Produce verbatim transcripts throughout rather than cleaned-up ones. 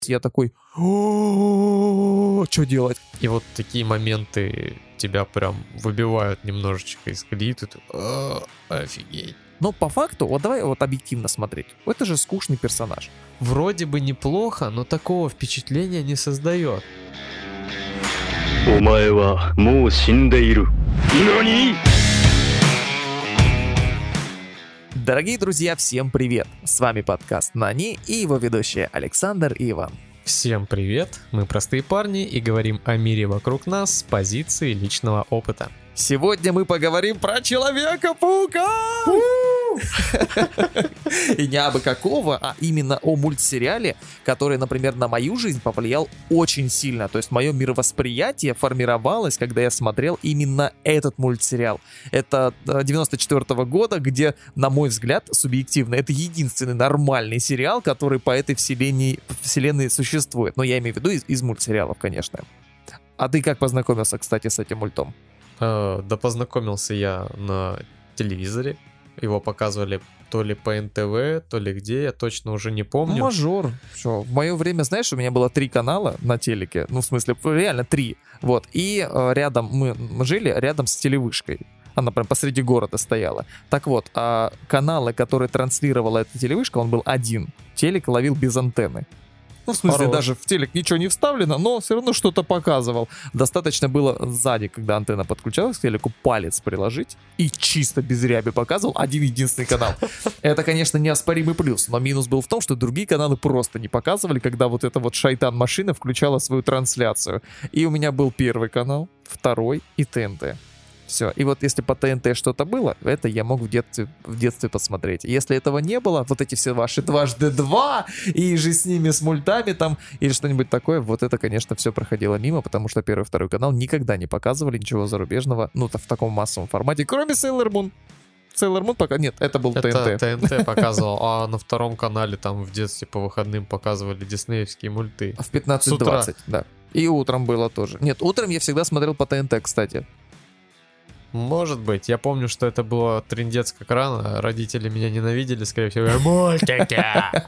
я такой, что делать? И вот такие моменты тебя прям выбивают немножечко из колеи, ты такой, офигеть. Но по факту, вот давай вот объективно смотреть, это же скучный персонаж. Вроде бы неплохо, но такого впечатления не создает. Дорогие друзья, всем привет! С вами подкаст «Нани» и его ведущие Александр и Иван. Всем привет! Мы простые парни и говорим о мире вокруг нас с позиции личного опыта. Сегодня мы поговорим про Человека-паука! И не абы какого, а именно о мультсериале, который, например, на мою жизнь повлиял очень сильно. То есть мое мировосприятие формировалось, когда я смотрел именно этот мультсериал. Это девяносто четвёртого года, где, на мой взгляд, субъективно, это единственный нормальный сериал, который по этой вселенной, вселенной существует. Но я имею в виду из, из мультсериалов, конечно. А ты как познакомился, кстати, с этим мультом? Э, да познакомился я на телевизоре. Его показывали то ли по эн тэ вэ, то ли где, я точно уже не помню. Мажор. Что, в мое время, знаешь, у меня было три канала на телеке. Ну, в смысле, реально три. Вот. И э, рядом, мы, мы жили рядом с телевышкой. Она прям посреди города стояла. Так вот, а каналы, которые транслировала эта телевышка, он был один. Телек ловил без антенны. Ну, в смысле, Хорош. даже в телек ничего не вставлено, но все равно что-то показывал. Достаточно было сзади, когда антенна подключалась к телеку, палец приложить и чисто без ряби показывал один единственный канал. Это, конечно, неоспоримый плюс, но минус был в том, что другие каналы просто не показывали, когда вот эта вот шайтан-машина включала свою трансляцию. И у меня был первый канал, второй и тэ эн тэ. Все. И вот если по тэ эн тэ что-то было, это я мог в детстве, в детстве посмотреть. Если этого не было, вот эти все ваши дважды два, и же с ними, с мультами там, или что-нибудь такое, вот это, конечно, все проходило мимо, потому что первый и второй канал никогда не показывали ничего зарубежного, ну, в таком массовом формате, кроме Sailor Moon. Sailor Moon пока... Нет, это был Это тэ эн тэ. тэ эн тэ показывал, а на втором канале там в детстве по выходным показывали диснеевские мульты. В пятнадцать двадцать, да. И утром было тоже. Нет, утром я всегда смотрел по тэ эн тэ, кстати. Может быть. Я помню, что это было трындец как рано. Родители меня ненавидели, скорее всего. Мультики!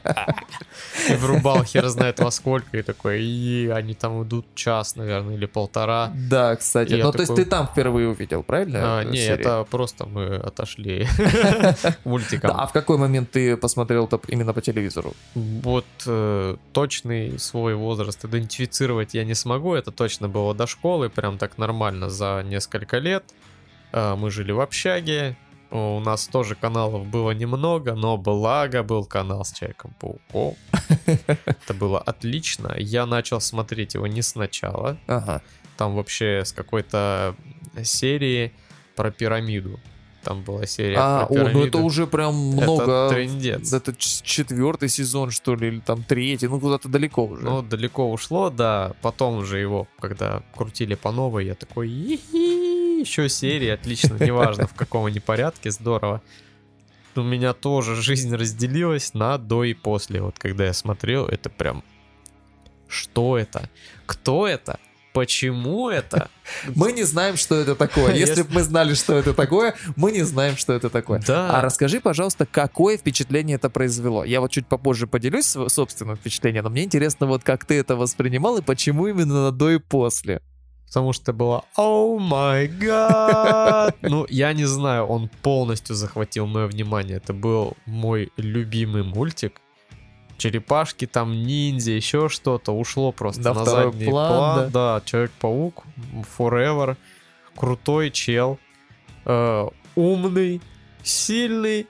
И врубал хер знает во сколько. И такой, и они там идут час, наверное, или полтора. Да, кстати. И я Ну, то есть такой- ты там впервые увидел, правильно? А, не, серию? это просто мы отошли к мультикам. Да, а в какой момент ты посмотрел это именно по телевизору? Вот э, точный свой возраст идентифицировать я не смогу. Это точно было до школы, прям так нормально за несколько лет. Э, мы жили в общаге. У нас тоже каналов было немного, но благо был канал с Человеком-пауком. Это было отлично. Я начал смотреть его не сначала. Ага. Там вообще с какой-то серии про пирамиду. Там была серия А, про о, пирамиду. ну это уже прям много. Это трындец. Это ч- четвертый сезон, что ли, или там третий, ну куда-то далеко уже. Ну, далеко ушло, да. Потом уже его, когда крутили по новой, я такой, «И-хи, еще серии, отлично, неважно в каком они порядке, здорово». У меня тоже жизнь разделилась на до и после. Вот когда я смотрел, это прям... Что это? Кто это? Почему это? Мы не знаем, что это такое. Если бы мы знали, что это такое, мы не знаем, что это такое. Да. А расскажи, пожалуйста, какое впечатление это произвело? Я вот чуть попозже поделюсь своим собственным впечатлением, но мне интересно, вот как ты это воспринимал и почему именно на до и после. Потому что было «О май гад!» Ну, я не знаю, он полностью захватил мое внимание. Это был мой любимый мультик. Черепашки, там ниндзя, еще что-то. Ушло просто На на второй задний план, план. Да, Человек-паук, Forever, крутой чел, э, умный, сильный.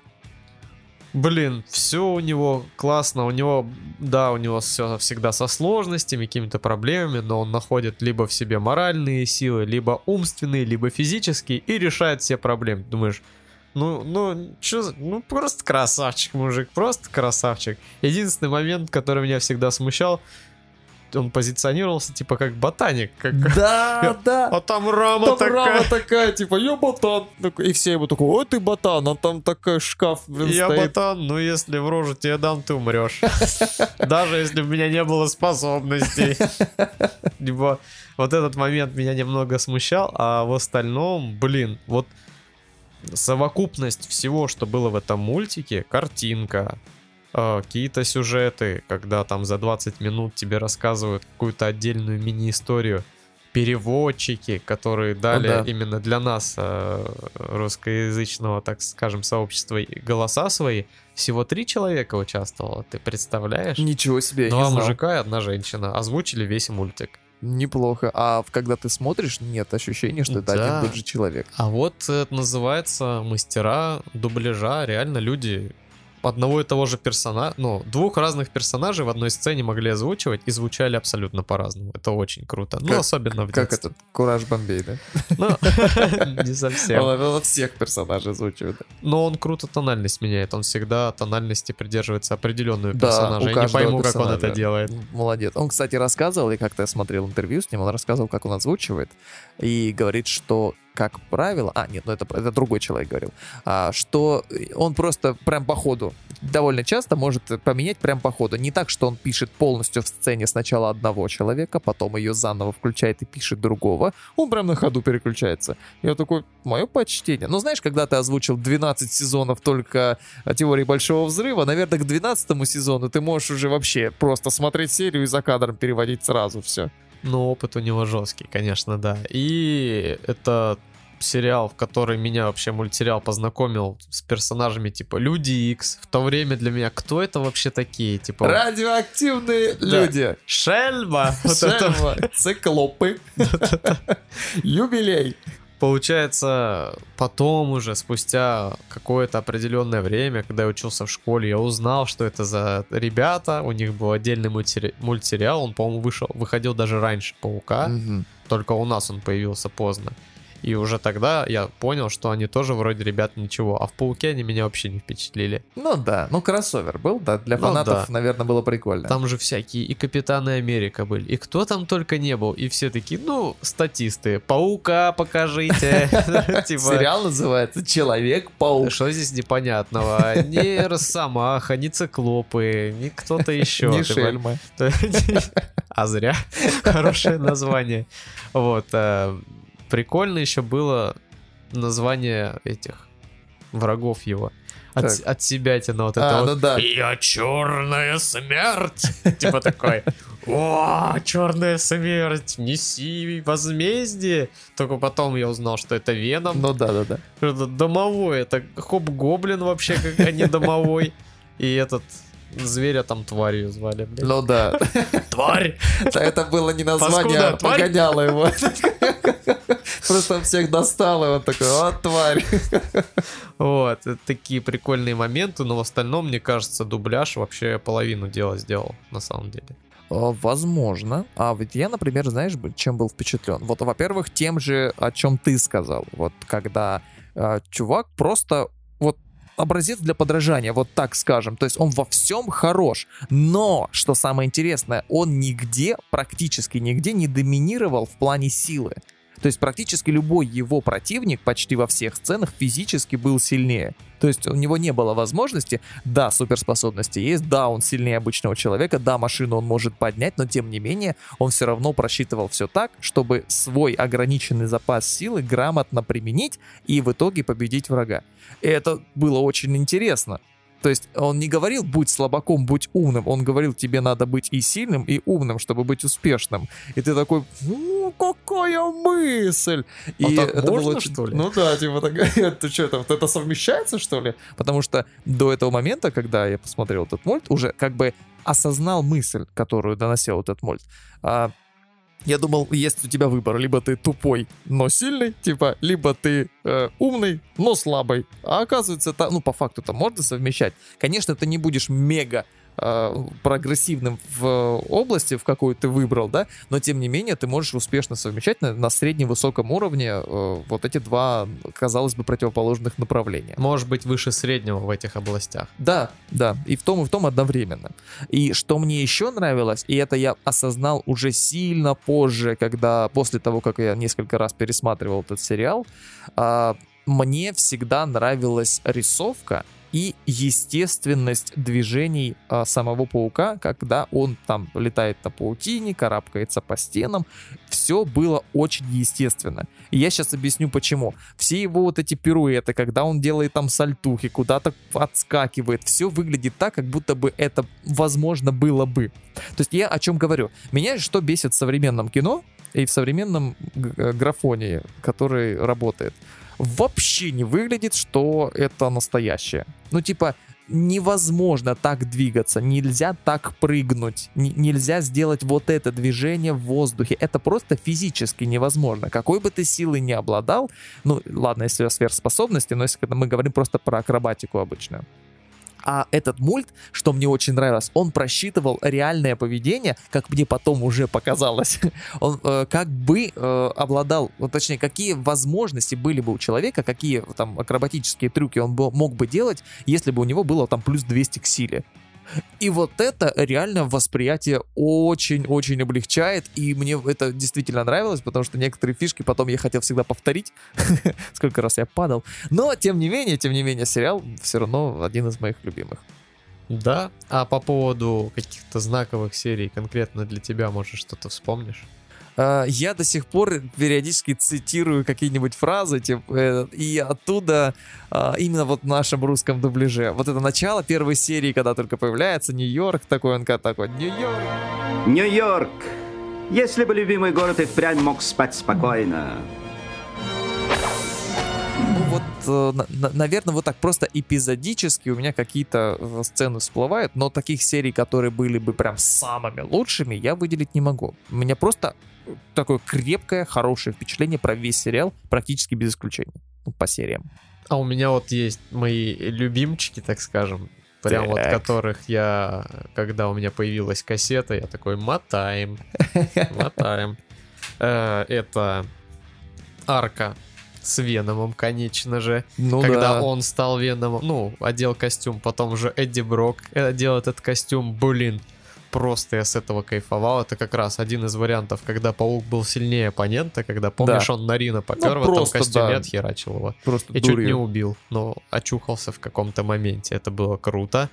Блин, все у него классно. У него, да, у него все всегда со сложностями, какими-то проблемами, но он находит либо в себе моральные силы, либо умственные, либо физические и решает все проблемы. Думаешь, ну, ну, чё, за- ну, просто красавчик, мужик, просто красавчик. Единственный момент, который меня всегда смущал, он позиционировался типа как ботаник, как... Да, да. А там рама Там такая. рама такая, типа, я ботан. Такой, и все ему такой, ой, ты ботан, а там такой шкаф, блин, Я стоит. ботан, ну если в рожу тебе дам, ты умрешь. Даже если бы у меня не было способностей. Либо вот этот момент меня немного смущал, а в остальном, блин, вот совокупность всего, что было в этом мультике, картинка, э, какие-то сюжеты, когда там за двадцать минут тебе рассказывают какую-то отдельную мини-историю, переводчики, которые дали да. именно для нас, э, русскоязычного, так скажем, сообщества, голоса свои. Всего три человека участвовало, ты представляешь? Ничего себе, я Два не знал. мужика и одна женщина озвучили весь мультик. Неплохо. А когда ты смотришь, нет ощущения, что это Да. один и тот же человек. А вот это называется мастера дубляжа, реально люди одного и того же персонажа, ну, двух разных персонажей в одной сцене могли озвучивать и звучали абсолютно по-разному. Это очень круто. Ну, Как- особенно в Как детстве. этот Кураж Бомбей, да? Ну, не совсем. Он, он всех персонажей озвучивает. Но он круто тональность меняет. Он всегда тональности придерживается определенную Да, персонажа. у Я не каждого пойму, как он персонажа. это делает. Молодец. Он, кстати, рассказывал, и как-то я смотрел интервью с ним, он рассказывал, как он озвучивает, и говорит, что, как правило... А, нет, ну это, это другой человек говорил. А, что он просто прям по ходу довольно часто может поменять прям по ходу. Не так, что он пишет полностью в сцене сначала одного человека, потом ее заново включает и пишет другого. Он прям на ходу переключается. Я такой, мое почтение. Ну, знаешь, когда ты озвучил двенадцать сезонов только «Теории Большого Взрыва», наверное, к двенадцатому сезону ты можешь уже вообще просто смотреть серию и за кадром переводить сразу все. Ну, опыт у него жесткий, конечно, да. И это сериал, в который меня вообще мультсериал познакомил с персонажами типа Люди Икс. В то время для меня кто это вообще такие? Типа Радиоактивные Да. люди. Шельма. Вот это Шельма, циклопы. Юбилей. Получается, потом уже, спустя какое-то определенное время, когда я учился в школе, я узнал, что это за ребята. У них был отдельный мультсери- мультсериал. Он, по-моему, вышел, выходил даже раньше «Паука». Мгм. Только у нас он появился поздно. И уже тогда я понял, что они тоже вроде ребят ничего. А в «Пауке» они меня вообще не впечатлили. Ну да, ну кроссовер был, да, для Ну фанатов, да. наверное, было прикольно. Там же всякие и Капитаны Америка были, и кто там только не был. И все такие, ну, статисты. «Паука» покажите. Типа, Сериал называется «Человек-паук». что здесь непонятного? Ни Росомаха, ни Циклопы, ни кто-то еще. Не Типа, Шельма. А зря. Хорошее название. Вот. э, Прикольно еще было название этих врагов его. От, Так. от себятина вот это А, вот. ну да. Я черная смерть. Типа такой. О, черная смерть, неси возмездие. Только потом я узнал, что это Веном. Ну да-да-да. Это домовой, это Хоп-Гоблин вообще, как, а не домовой. И этот зверя там тварью звали, блядь. Ну да. Тварь! Это было не название, Паскуда, а тварь. погоняло его. Просто всех достал, и он такой, о, тварь. Вот, это такие прикольные моменты, но в остальном, мне кажется, дубляж вообще половину дела сделал, на самом деле. О, возможно. А ведь я, например, знаешь, бы- чем был впечатлен? Вот, во-первых, тем же, о чем ты сказал. Вот когда э, чувак просто вот образец для подражания, вот так скажем. То есть он во всем хорош. Но, что самое интересное, он нигде, практически нигде не доминировал в плане силы. То есть практически любой его противник почти во всех сценах физически был сильнее. То есть у него не было возможности, да, суперспособности есть, да, он сильнее обычного человека, да, машину он может поднять, но тем не менее он все равно просчитывал все так, чтобы свой ограниченный запас силы грамотно применить и в итоге победить врага. И это было очень интересно. То есть он не говорил «будь слабаком, будь умным», он говорил «тебе надо быть и сильным, и умным, чтобы быть успешным». И ты такой «ну, какая мысль!» И так это можно, было очень... что ли? Ну да, типа такая, это что, это, вот это совмещается, что ли? Потому что до этого момента, когда я посмотрел этот мульт, уже как бы осознал мысль, которую доносил этот мульт. А, я думал, есть у тебя выбор, либо ты тупой, но сильный, типа, либо ты э, умный, но слабый. А оказывается, это, ну, по факту это можно совмещать. Конечно, ты не будешь мега э, прогрессивным в области, в какую ты выбрал, да, но тем не менее ты можешь успешно совмещать на, на среднем-высоком уровне э, вот эти два, казалось бы, противоположных направления. Может быть, выше среднего в этих областях. Да, да, и в том, и в том одновременно. И что мне еще нравилось, и это я осознал уже сильно позже, когда после того, как я несколько раз пересматривал этот сериал, а, мне всегда нравилась рисовка и естественность движений а, самого паука, когда он там летает на паутине, карабкается по стенам. Все было очень естественно. И я сейчас объясню почему. Все его вот эти пируэты, когда он делает там сальтухи, куда-то отскакивает, все выглядит так, как будто бы это возможно было бы. То есть я о чем говорю? Меня что бесит в современном кино и в современном графоне, который работает? Вообще не выглядит, что это настоящее. Ну, типа, невозможно так двигаться, нельзя так прыгнуть, н- нельзя сделать вот это движение в воздухе. Это просто физически невозможно. Какой бы ты силой ни обладал, ну, ладно, если у сверхспособности, но если когда мы говорим просто про акробатику обычную. А этот мульт, что мне очень нравилось, он просчитывал реальное поведение, как мне потом уже показалось. Он э, как бы э, обладал, ну, точнее, какие возможности были бы у человека, какие там акробатические трюки он бы, мог бы делать, если бы у него было там плюс двести к силе. И вот это реально восприятие очень-очень облегчает, и мне это действительно нравилось, потому что некоторые фишки потом я хотел всегда повторить, сколько раз я падал, но тем не менее, тем не менее, сериал все равно один из моих любимых. Да, а по поводу каких-то знаковых серий конкретно для тебя, может, что-то вспомнишь? Я до сих пор периодически цитирую какие-нибудь фразы, типа, и оттуда именно вот в нашем русском дубляже. Вот это начало первой серии, когда только появляется Нью-Йорк, такой он такой, Нью-Йорк. Нью-Йорк. Если бы любимый город и впрямь мог спать спокойно. Ну вот, на, наверное, вот так просто эпизодически у меня какие-то сцены всплывают, но таких серий, которые были бы прям самыми лучшими, я выделить не могу. У меня просто такое крепкое, хорошее впечатление про весь сериал, практически без исключения, по сериям. А у меня вот есть мои любимчики, так скажем, прям так. Вот которых я, когда у меня появилась кассета, я такой, мотаем, мотаем. Это арка с Веномом, конечно же. Ну, когда да. Он стал Веномом, ну, одел костюм, потом уже Эдди Брок одел этот костюм, блин, просто я с этого кайфовал. Это как раз один из вариантов, когда паук был сильнее оппонента, когда, помнишь, да. Он на Рино попер, ну, в этом костюме да. Отхерачил его. Просто и дурью. Чуть не убил, но очухался в каком-то моменте. Это было круто.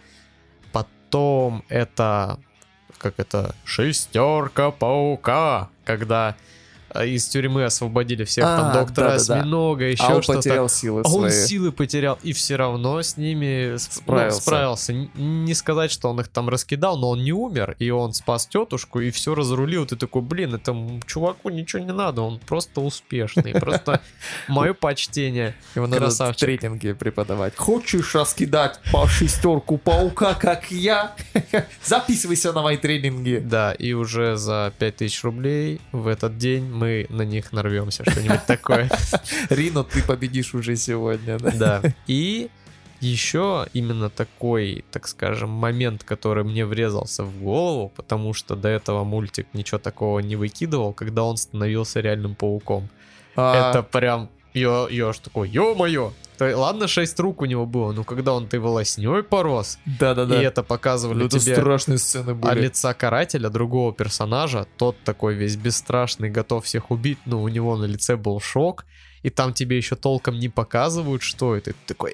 Потом это, как это, шестерка паука, когда из тюрьмы освободили всех, а, там доктора Осьминога, еще а он что-то. Потерял силы а свои. он силы потерял, и все равно с ними справился. Ну, справился. Не сказать, что он их там раскидал, но он не умер, и он спас тетушку, и все разрулил. Ты такой, блин, этому чуваку ничего не надо, он просто успешный. Просто мое почтение. Его надо в тренинге преподавать. Хочешь раскидать по шестерку паука, как я? Записывайся на мои тренинги. Да, и уже за пять тысяч рублей в этот день мы на них нарвемся, что-нибудь такое. Рино, ты победишь уже сегодня, да? Да. И еще именно такой, так скажем, момент, который мне врезался в голову, потому что до этого мультик ничего такого не выкидывал, когда он становился реальным пауком. А... Это прям... Я, я аж такой, ё-моё! Ладно, шесть рук у него было, но когда он ты волоснёй порос, да-да-да. И это показывали ну, это тебе страшные сцены были. А лица карателя, другого персонажа, тот такой весь бесстрашный, готов всех убить, но у него на лице был шок, и там тебе еще толком не показывают, что это. Ты такой,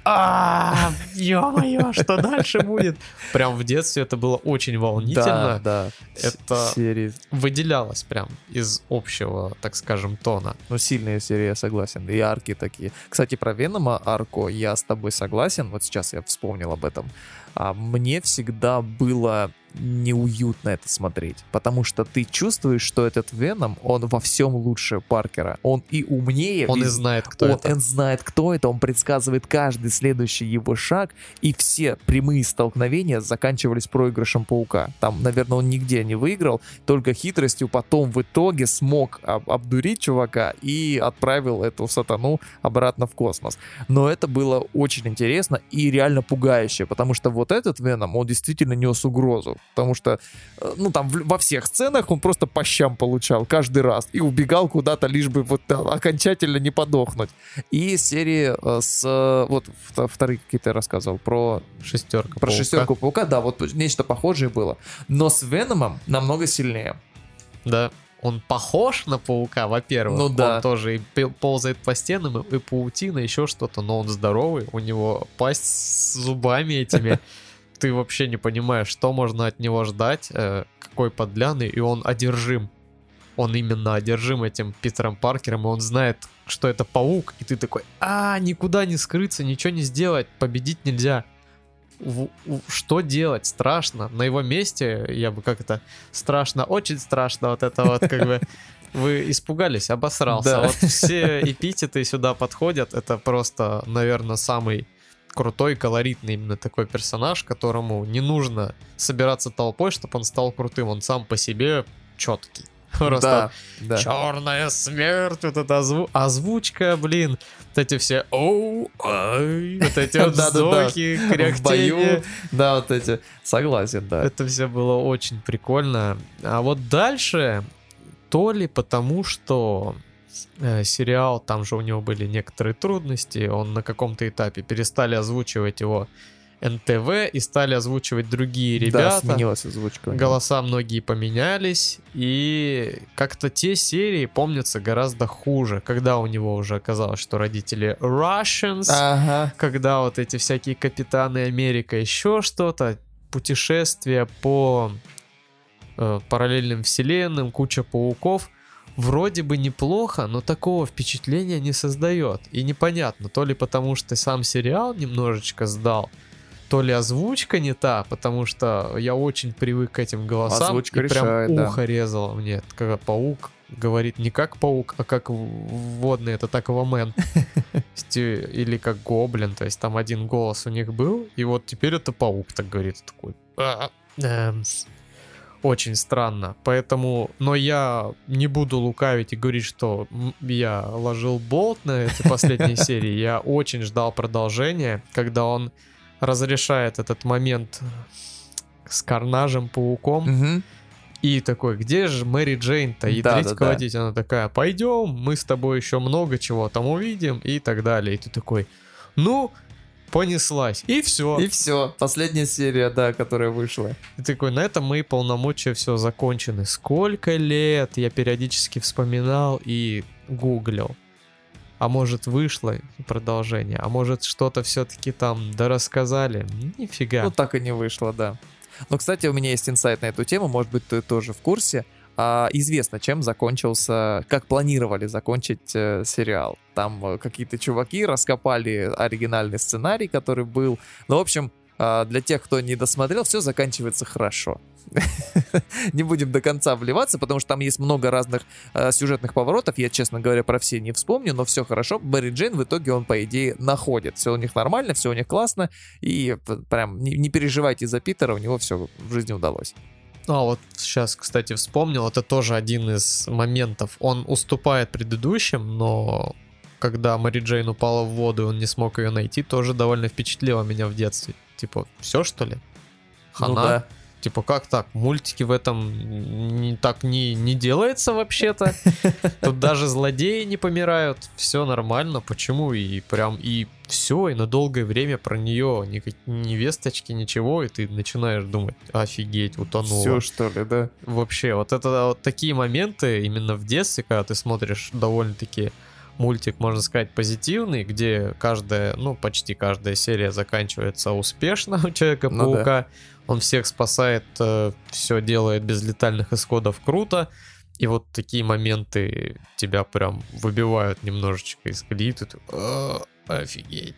а ё-моё, что дальше будет? Прям в детстве это было очень волнительно. Да, да. Это серии выделялось прям из общего, так скажем, тона. Ну, сильные серии, я согласен. И арки такие. Кстати, про Венома арку я с тобой согласен. Вот сейчас я вспомнил об этом. А мне всегда было неуютно это смотреть, потому что ты чувствуешь, что этот Веном, он во всем лучше Паркера. Он и умнее. Он и знает, кто он, это. Он знает, кто это, он предсказывает каждый следующий его шаг, и все прямые столкновения заканчивались проигрышем Паука. Там, наверное, он нигде не выиграл, только хитростью потом в итоге смог об- обдурить чувака и отправил эту сатану обратно в космос. Но это было очень интересно и реально пугающе, потому что вот этот Веном, он действительно нес угрозу. Потому что, ну, там во всех сценах он просто по щам получал каждый раз и убегал куда-то, лишь бы вот окончательно не подохнуть. И серии с... Вот вторые какие-то я рассказывал про... Шестерка Про паука. шестерку паука, да, вот нечто похожее было. Но с Веномом намного сильнее. Да, он похож на паука, во-первых. Ну да. Он тоже и пи- ползает по стенам, и, и паутина, еще что-то, но он здоровый, у него пасть с зубами этими. Ты вообще не понимаешь, что можно от него ждать, э, какой подляный, и он одержим. Он именно одержим этим Питером Паркером, и он знает, что это паук, и ты такой, а, никуда не скрыться, ничего не сделать, победить нельзя. В- в- что делать? Страшно. На его месте я бы как это... Страшно, очень страшно, вот это вот как бы... Вы испугались, обосрался. Да. Вот все эпитеты сюда подходят. Это просто, наверное, самый крутой, колоритный именно такой персонаж, которому не нужно собираться толпой, чтобы он стал крутым. Он сам по себе четкий. Просто Да, да. черная смерть, вот эта озву- озвучка, блин, вот эти все оу, ай, вот эти вот Да-да-да. вздохи, В кряхтение. бою, да, вот эти, согласен, да. Это все было очень прикольно. А вот дальше, то ли потому, что э, сериал, там же у него были некоторые трудности, он на каком-то этапе перестали озвучивать его эн тэ вэ и стали озвучивать другие Да, ребята. сменилась озвучка. Голоса многие поменялись, и как-то те серии помнятся гораздо хуже, когда у него уже оказалось, что родители Russians, Ага. когда вот эти всякие Капитаны Америка, еще что-то, путешествия по э, параллельным вселенным, куча пауков. Вроде бы неплохо, но такого впечатления не создает. И непонятно, то ли потому, что сам сериал немножечко сдал, то ли озвучка не та, потому что я очень привык к этим голосам, Озвучка и прям решает, да. ухо резало мне, когда паук говорит не как паук, а как в- водный, это так Аквамен. Или как гоблин, то есть там один голос у них был, и вот теперь это паук так говорит, такой... «А, эм, Очень странно, поэтому, но я не буду лукавить и говорить, что м, я ложил болт на эти последние серии, я очень ждал продолжения, когда он разрешает этот момент с Карнажем, пауком, Мгм. и такой, где же Мэри Джейн-то, ядрить Да-да-да. колотить, она такая, пойдем, мы с тобой еще много чего там увидим, и так далее, и ты такой, ну, понеслась, и все. И все, последняя серия, да, которая вышла. И такой, на этом мои полномочия все закончены. Сколько лет я периодически вспоминал и гуглил. А может вышло продолжение, а может что-то все-таки там дорассказали. Нифига. Ну, так и не вышло, да. Но, кстати, у меня есть инсайт на эту тему, может быть, ты тоже в курсе. А, известно, чем закончился, как планировали закончить э, сериал. Там э, какие-то чуваки раскопали оригинальный сценарий, который был. Ну, в общем, э, для тех, кто не досмотрел, все заканчивается хорошо. Не будем до конца вливаться, потому что там есть много разных э, сюжетных поворотов. Я, честно говоря, про все не вспомню, но все хорошо. Мэри Джейн в итоге он, по идее, находит. Все у них нормально, все у них классно. И п- прям не, не переживайте за Питера, у него все в жизни удалось. А вот сейчас, кстати, вспомнил, это тоже один из моментов. Он уступает предыдущим, но когда Мэри Джейн упала в воду, и он не смог ее найти, тоже довольно впечатлило меня в детстве. Типа, все что ли? Хана? Ну да. Типа, как так? Мультики в этом не, так не, не делается вообще-то. Тут даже злодеи не помирают. Все нормально. Почему? И прям, и все, и на долгое время про нее никак, ни весточки, ничего, и ты начинаешь думать, офигеть, утонула. Все, что ли, да? Вообще, вот это вот такие моменты именно в детстве, когда ты смотришь довольно-таки мультик, можно сказать, позитивный, где каждая, ну, почти каждая серия заканчивается успешно у Человека-паука. Он всех спасает, э, все делает без летальных исходов круто. И вот такие моменты тебя прям выбивают немножечко из колеи. Ты такой, «А, офигеть.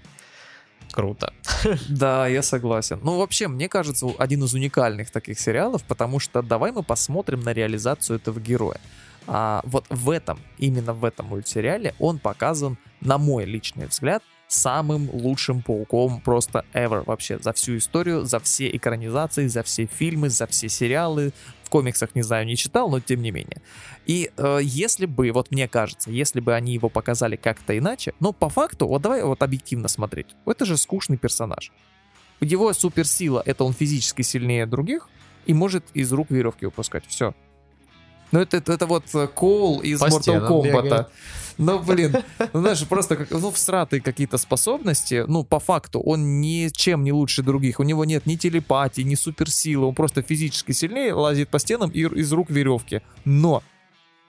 Круто. Да, я согласен. Ну, вообще, мне кажется, один из уникальных таких сериалов, потому что давай мы посмотрим на реализацию этого героя. А вот в этом, именно в этом мультсериале он показан, на мой личный взгляд, самым лучшим пауком просто ever вообще за всю историю, за все экранизации, за все фильмы, за все сериалы. В комиксах, не знаю, не читал, но тем не менее. И э, если бы, вот мне кажется, если бы они его показали как-то иначе, но по факту, вот давай вот объективно смотреть, это же скучный персонаж. Его суперсила — это он физически сильнее других и может из рук веревки выпускать. Все. Ну, это, это, это вот Коул из По Mortal стенам Kombat. бегает. Ну, блин, ну, знаешь, просто как, ну, всратые какие-то способности, ну, по факту, он ничем не лучше других, у него нет ни телепатии, ни суперсилы, он просто физически сильнее, лазит по стенам и из рук веревки. Но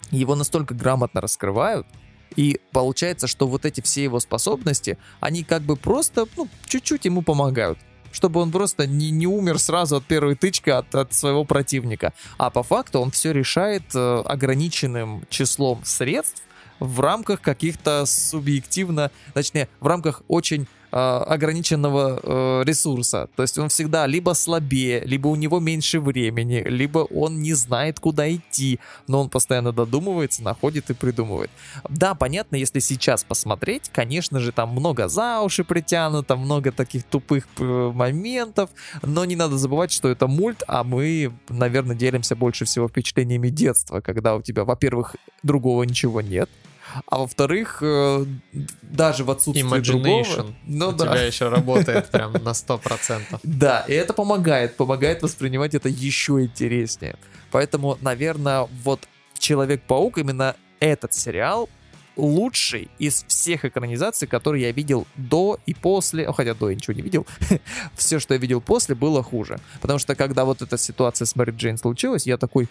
его настолько грамотно раскрывают, и получается, что вот эти все его способности, они как бы просто, ну, чуть-чуть ему помогают. Чтобы он просто не, не умер сразу от первой тычки от, от своего противника. А по факту он все решает э, ограниченным числом средств в рамках каких-то субъективно, точнее, в рамках очень э, ограниченного э, ресурса. То есть он всегда либо слабее, либо у него меньше времени, либо он не знает, куда идти, но он постоянно додумывается, находит и придумывает. Да, понятно, если сейчас посмотреть, конечно же, там много за уши притянуто, много таких тупых э, моментов, но не надо забывать, что это мульт, а мы, наверное, делимся больше всего впечатлениями детства, когда у тебя, во-первых, другого ничего нет, а во-вторых, э, даже в отсутствии Imagination другого... Ну, у да. тебя еще работает прям на сто процентов. Да, и это помогает, помогает воспринимать это еще интереснее. Поэтому, наверное, вот Человек-паук, именно этот сериал, лучший из всех экранизаций, которые я видел до и после, хотя до я ничего не видел, все, что я видел после, было хуже. Потому что когда вот эта ситуация с Мэри Джейн случилась, я такой,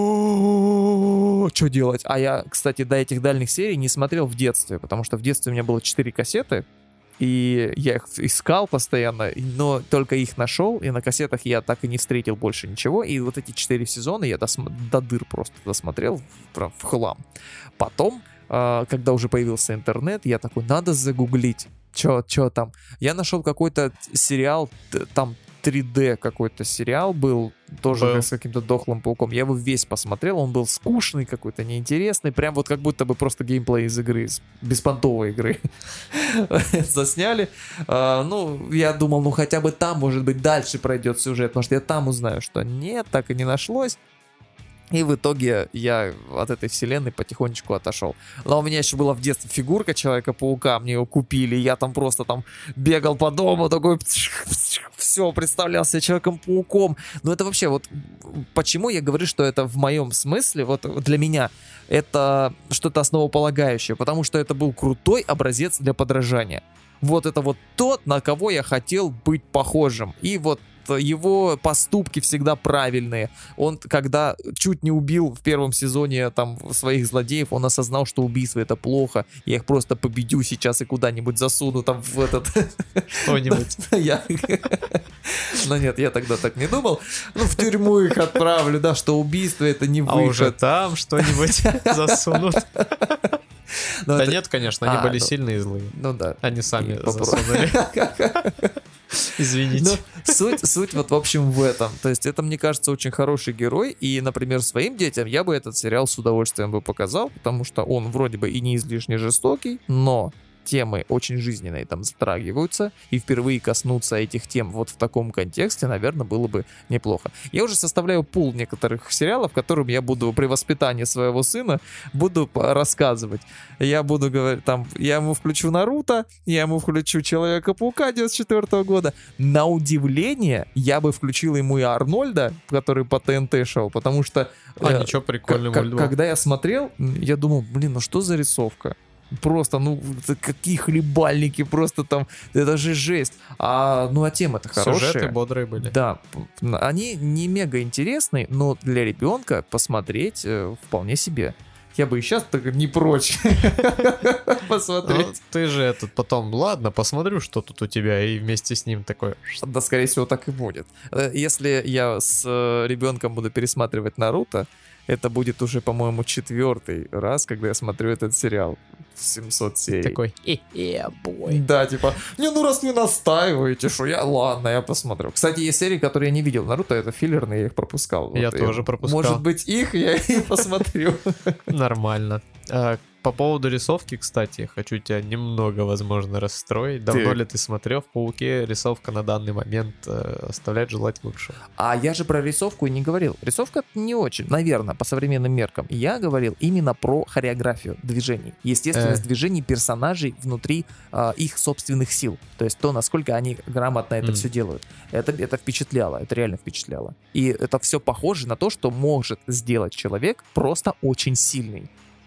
что делать? А я, кстати, до этих дальних серий не смотрел в детстве, потому что в детстве у меня было четыре кассеты, и я их искал постоянно, но только их нашел, и на кассетах я так и не встретил больше ничего, и вот эти четыре сезона я досм- до дыр просто досмотрел прям в хлам. Потом, когда уже появился интернет, я такой, надо загуглить, что там. Я нашел какой-то сериал, там три дэ какой-то сериал был, тоже был. С каким-то дохлым пауком. Я его весь посмотрел, он был скучный какой-то, неинтересный, прям вот как будто бы просто геймплей из игры, из беспонтовой игры. Засняли. А, ну, я думал, ну хотя бы там, может быть, дальше пройдет сюжет, потому что я там узнаю, что нет, так и не нашлось. И в итоге я от этой вселенной потихонечку отошел. Но у меня еще была в детстве фигурка Человека-паука, мне ее купили, я там просто там бегал по дому, такой все, представлял себя Человеком-пауком. Но это вообще вот, почему я говорю, что это в моем смысле, вот для меня, это что-то основополагающее, потому что это был крутой образец для подражания. Вот это вот тот, на кого я хотел быть похожим. И вот его поступки всегда правильные. Он, когда чуть не убил в первом сезоне там своих злодеев, он осознал, что убийство это плохо. Я их просто победю сейчас и куда-нибудь засуну там в этот... Что-нибудь. Но нет, я тогда так не думал. Ну, в тюрьму их отправлю, да, что убийство это не выход. А уже там что-нибудь засунут. Но да это... нет, конечно, они а, были ну, сильные и злые. Ну да. Они сами засунули. Извините. Но суть, суть вот в общем в этом. То есть это, мне кажется, очень хороший герой. И, например, своим детям я бы этот сериал с удовольствием бы показал, потому что он вроде бы и не излишне жестокий, но темы очень жизненные там затрагиваются, и впервые коснуться этих тем вот в таком контексте, наверное, было бы неплохо. Я уже составляю пул некоторых сериалов, которым я буду при воспитании своего сына буду рассказывать. Я буду говорить, там, я ему включу Наруто, я ему включу Человека-паука девяносто четвёртого года. На удивление, я бы включил ему и Арнольда, который по ТНТ шел, потому что... А, э, ничего, прикольный к- Когда я смотрел, я думал, блин, ну что за рисовка? Просто, ну, какие хлебальники, просто там, это же жесть. А, ну, а темы-то хорошие. Сюжеты бодрые были. Да, они не мега интересные, но для ребенка посмотреть э, вполне себе. Я бы и сейчас так не прочь посмотреть. Ну, ты же этот потом, ладно, посмотрю, что тут у тебя, и вместе с ним такое. Да, скорее всего, так и будет. Если я с ребенком буду пересматривать Наруто, это будет уже, по-моему, четвертый раз, когда я смотрю этот сериал. семьсот серий. Такой, э-э, бой. Да, типа, не, ну раз не настаиваете, что я, ладно, я посмотрю. Кстати, есть серии, которые я не видел. Наруто это филлерные, я их пропускал. Я вот, тоже пропускал. Может быть, их я и посмотрю. Нормально. По поводу рисовки, кстати, хочу тебя немного, возможно, расстроить. Давно ты... ли ты смотрел в «Пауке»? Рисовка на данный момент э, оставляет желать лучшего. А я же про рисовку и не говорил. Рисовка не очень, наверное, по современным меркам. Я говорил именно про хореографию движений. Естественность э. движений персонажей внутри э, их собственных сил. То есть то, насколько они грамотно это mm. все делают. Это, это впечатляло, это реально впечатляло. И это все похоже на то, что может сделать человек просто очень сильный.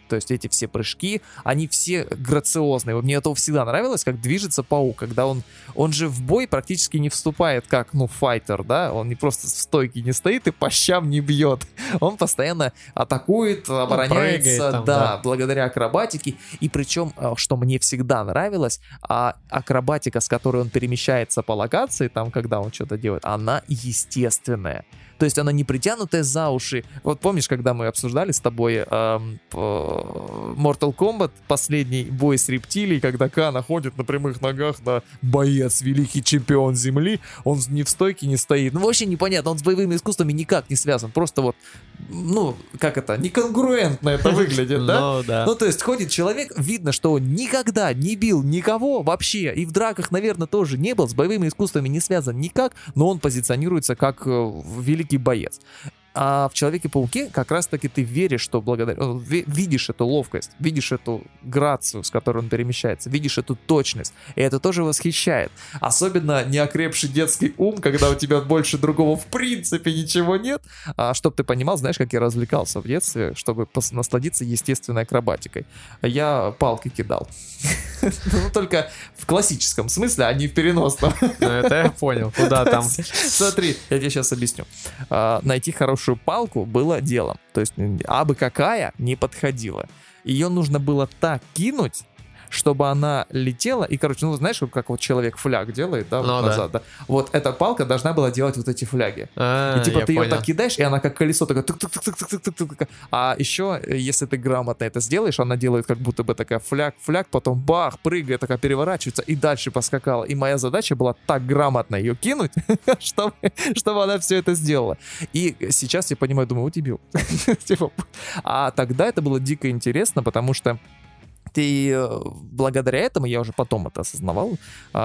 То есть эти все прыжки, они все грациозные. Мне это всегда нравилось, как движется паук, когда он, он же в бой практически не вступает как, ну, файтер, да, он не просто в стойке не стоит и по щам не бьет. Он постоянно атакует, обороняется, прыгает там, да, да. благодаря акробатике. И причем, что мне всегда нравилось, а акробатика, с которой он перемещается по локации, там, когда он что-то делает, она естественная. То есть она не притянутая за уши. Вот помнишь, когда мы обсуждали с тобой эм, Mortal Kombat, последний бой с рептилией, когда Кана ходит на прямых ногах, на боец, великий чемпион земли, он не в стойке не стоит. Ну вообще непонятно, он с боевыми искусствами никак не связан. Просто вот, ну, как это, неконгруентно это выглядит, да? Ну, да. Ну, то есть ходит человек, видно, что он никогда не бил никого вообще, и в драках, наверное, тоже не был, с боевыми искусствами не связан никак, но он позиционируется как э, великий боец. А в Человеке-пауке как раз-таки ты веришь, что благодаря... Видишь эту ловкость, видишь эту грацию, с которой он перемещается, видишь эту точность. И это тоже восхищает. Особенно неокрепший детский ум, когда у тебя больше другого в принципе ничего нет. А чтобы ты понимал, знаешь, как я развлекался в детстве, чтобы насладиться естественной акробатикой. Я палки кидал. Ну, только в классическом смысле, а не в переносном. Ну, это я понял. Куда там? Смотри, я тебе сейчас объясню. Найти хорошую палку было делом. То есть абы какая не подходила. Ее нужно было так кинуть, чтобы она летела, и, короче, ну, знаешь, как вот человек фляг делает, да, вот ну, назад, да. да. Вот эта палка должна была делать вот эти фляги. А, и типа ты понял. ее так кидаешь, и она как колесо такая тык-тык-тык-тык-тык-тык. А еще, если ты грамотно это сделаешь, она делает как будто бы такая фляг-фляг, потом бах, прыгает, такая переворачивается, и дальше поскакала. И моя задача была так грамотно ее кинуть, чтобы, чтобы она все это сделала. И сейчас я понимаю, думаю, вот дебил. А тогда это было дико интересно, потому что и благодаря этому, я уже потом это осознавал,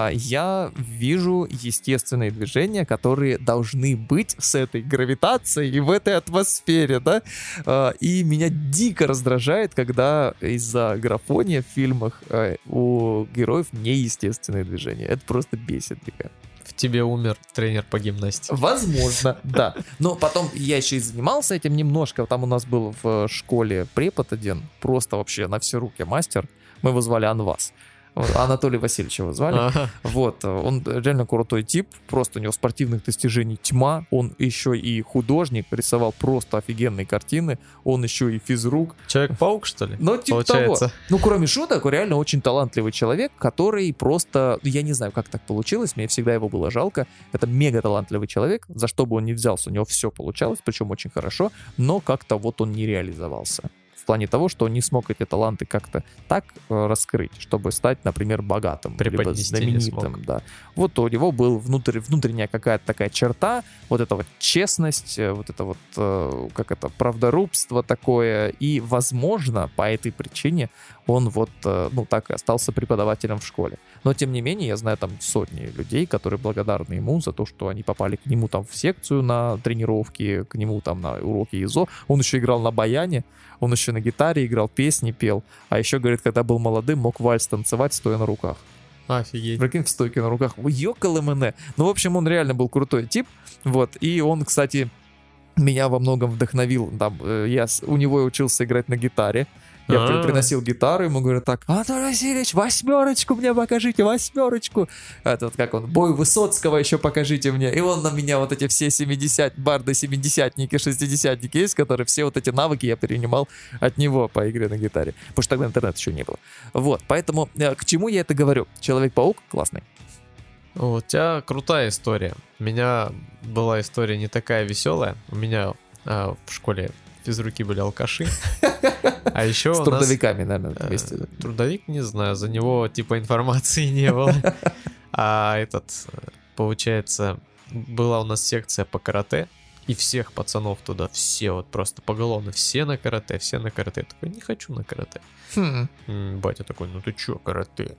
я вижу естественные движения, которые должны быть с этой гравитацией и в этой атмосфере, да, и меня дико раздражает, когда из-за графония в фильмах у героев неестественные движения. Это просто бесит дико. В тебе умер тренер по гимнастике. Возможно, да. Но потом я еще и занимался этим немножко. Там у нас был в школе препод один, просто вообще на все руки мастер. Мы его звали Анвас. Анатолий Васильевич его звали. Ага. Вот, он реально крутой тип, просто у него спортивных достижений тьма, он еще и художник, рисовал просто офигенные картины, он еще и физрук. Человек-паук, что ли? Ну, типа получается того. Ну, кроме шуток, реально очень талантливый человек, который просто, я не знаю, как так получилось, мне всегда его было жалко, это мега талантливый человек, за что бы он ни взялся, у него все получалось, причем очень хорошо, но как-то вот он не реализовался. В плане того, что он не смог эти таланты как-то так э, раскрыть, чтобы стать, например, богатым, либо знаменитым. Да. Вот у него был внутрь, внутренняя какая-то такая черта, вот эта вот честность, вот это вот, э, как это, правдорубство такое, и, возможно, по этой причине он вот, э, ну, так и остался преподавателем в школе. Но, тем не менее, я знаю там сотни людей, которые благодарны ему за то, что они попали к нему там в секцию на тренировки, к нему там на уроки ИЗО. Он еще играл на баяне, он еще на гитаре играл, песни пел. А еще, говорит, когда был молодым, мог вальс танцевать, стоя на руках. Офигеть. Прикинь, в стойке на руках. Ёкало мене. Ну, в общем, он реально был крутой тип. Вот. И он, кстати, меня во многом вдохновил. Там, я у него учился играть на гитаре. Я А-а-а. приносил гитару, ему говорят так: Анатолий Васильевич, восьмерочку мне покажите, восьмерочку. Этот, как он, бой Высоцкого еще покажите мне. И он на меня вот эти все семидесят, барды семидесятники, шестидесятники есть, которые все вот эти навыки я перенимал от него по игре на гитаре. Потому что тогда интернета еще не было. Вот, поэтому к чему я это говорю? Человек-паук классный. У тебя крутая история. У меня была история не такая веселая. У меня а, в школе физруки были алкаши. А еще с трудовиками, наверное, вместе. Трудовик, не знаю, за него типа информации не было. А этот, получается, была у нас секция по карате, и всех пацанов туда, все вот просто поголовно, все на карате, все на карате. Я такой, не хочу на карате. Хм. Батя такой, ну ты чё, карате?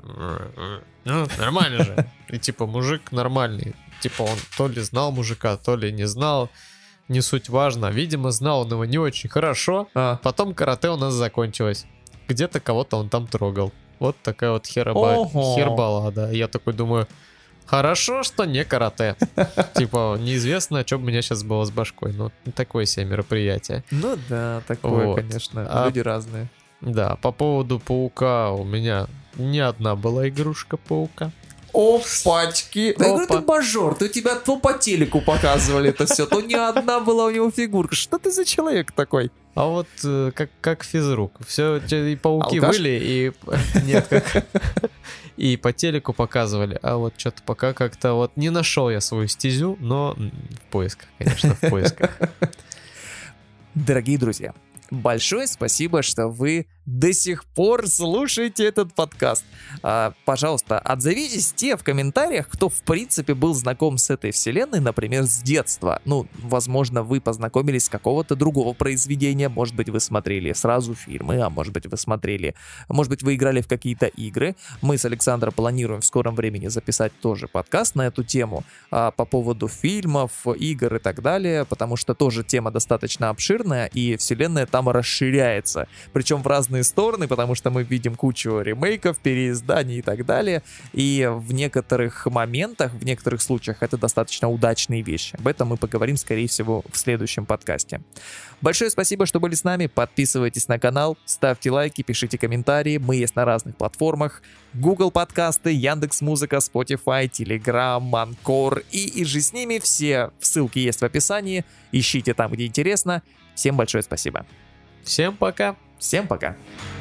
Ну, нормально же. И типа мужик нормальный. Типа он то ли знал мужика, то ли не знал. Не суть важно. Видимо, знал он его не очень хорошо. А. Потом карате у нас закончилось. Где-то кого-то он там трогал. Вот такая вот херба... хербалада. Я такой думаю, хорошо, что не карате. Типа, неизвестно, что бы у меня сейчас было с башкой. Ну, такое себе мероприятие. Ну да, такое, конечно. Люди разные. Да, по поводу паука у меня не одна была игрушка паука. Опачки. Да я говорю, Опа. ты мажор, ты у тебя то по телеку показывали это все, то не одна была у него фигурка. Что ты за человек такой? А вот э, как, как физрук. Все, и пауки Алкаш? были, и... Нет, как... И по телеку показывали. А вот что-то пока как-то вот не нашел я свою стезю, но в поисках, конечно, в поисках. Дорогие друзья, большое спасибо, что вы до сих пор слушаете этот подкаст. А, пожалуйста, отзовитесь те в комментариях, кто в принципе был знаком с этой вселенной, например, с детства. Ну, возможно, вы познакомились с какого-то другого произведения, может быть, вы смотрели сразу фильмы, а может быть, вы смотрели, может быть, вы играли в какие-то игры. Мы с Александром планируем в скором времени записать тоже подкаст на эту тему а, по поводу фильмов, игр и так далее, потому что тоже тема достаточно обширная, и вселенная там расширяется, причем в разные стороны, потому что мы видим кучу ремейков, переизданий и так далее, и в некоторых моментах, в некоторых случаях это достаточно удачные вещи. Об этом мы поговорим, скорее всего, в следующем подкасте. Большое спасибо, что были с нами, подписывайтесь на канал, ставьте лайки, пишите комментарии, мы есть на разных платформах: Google подкасты, Яндекс.Музыка, Spotify, Telegram, Anchor и и же с ними, все ссылки есть в описании, ищите там, где интересно. Всем большое спасибо. Всем пока! Всем пока.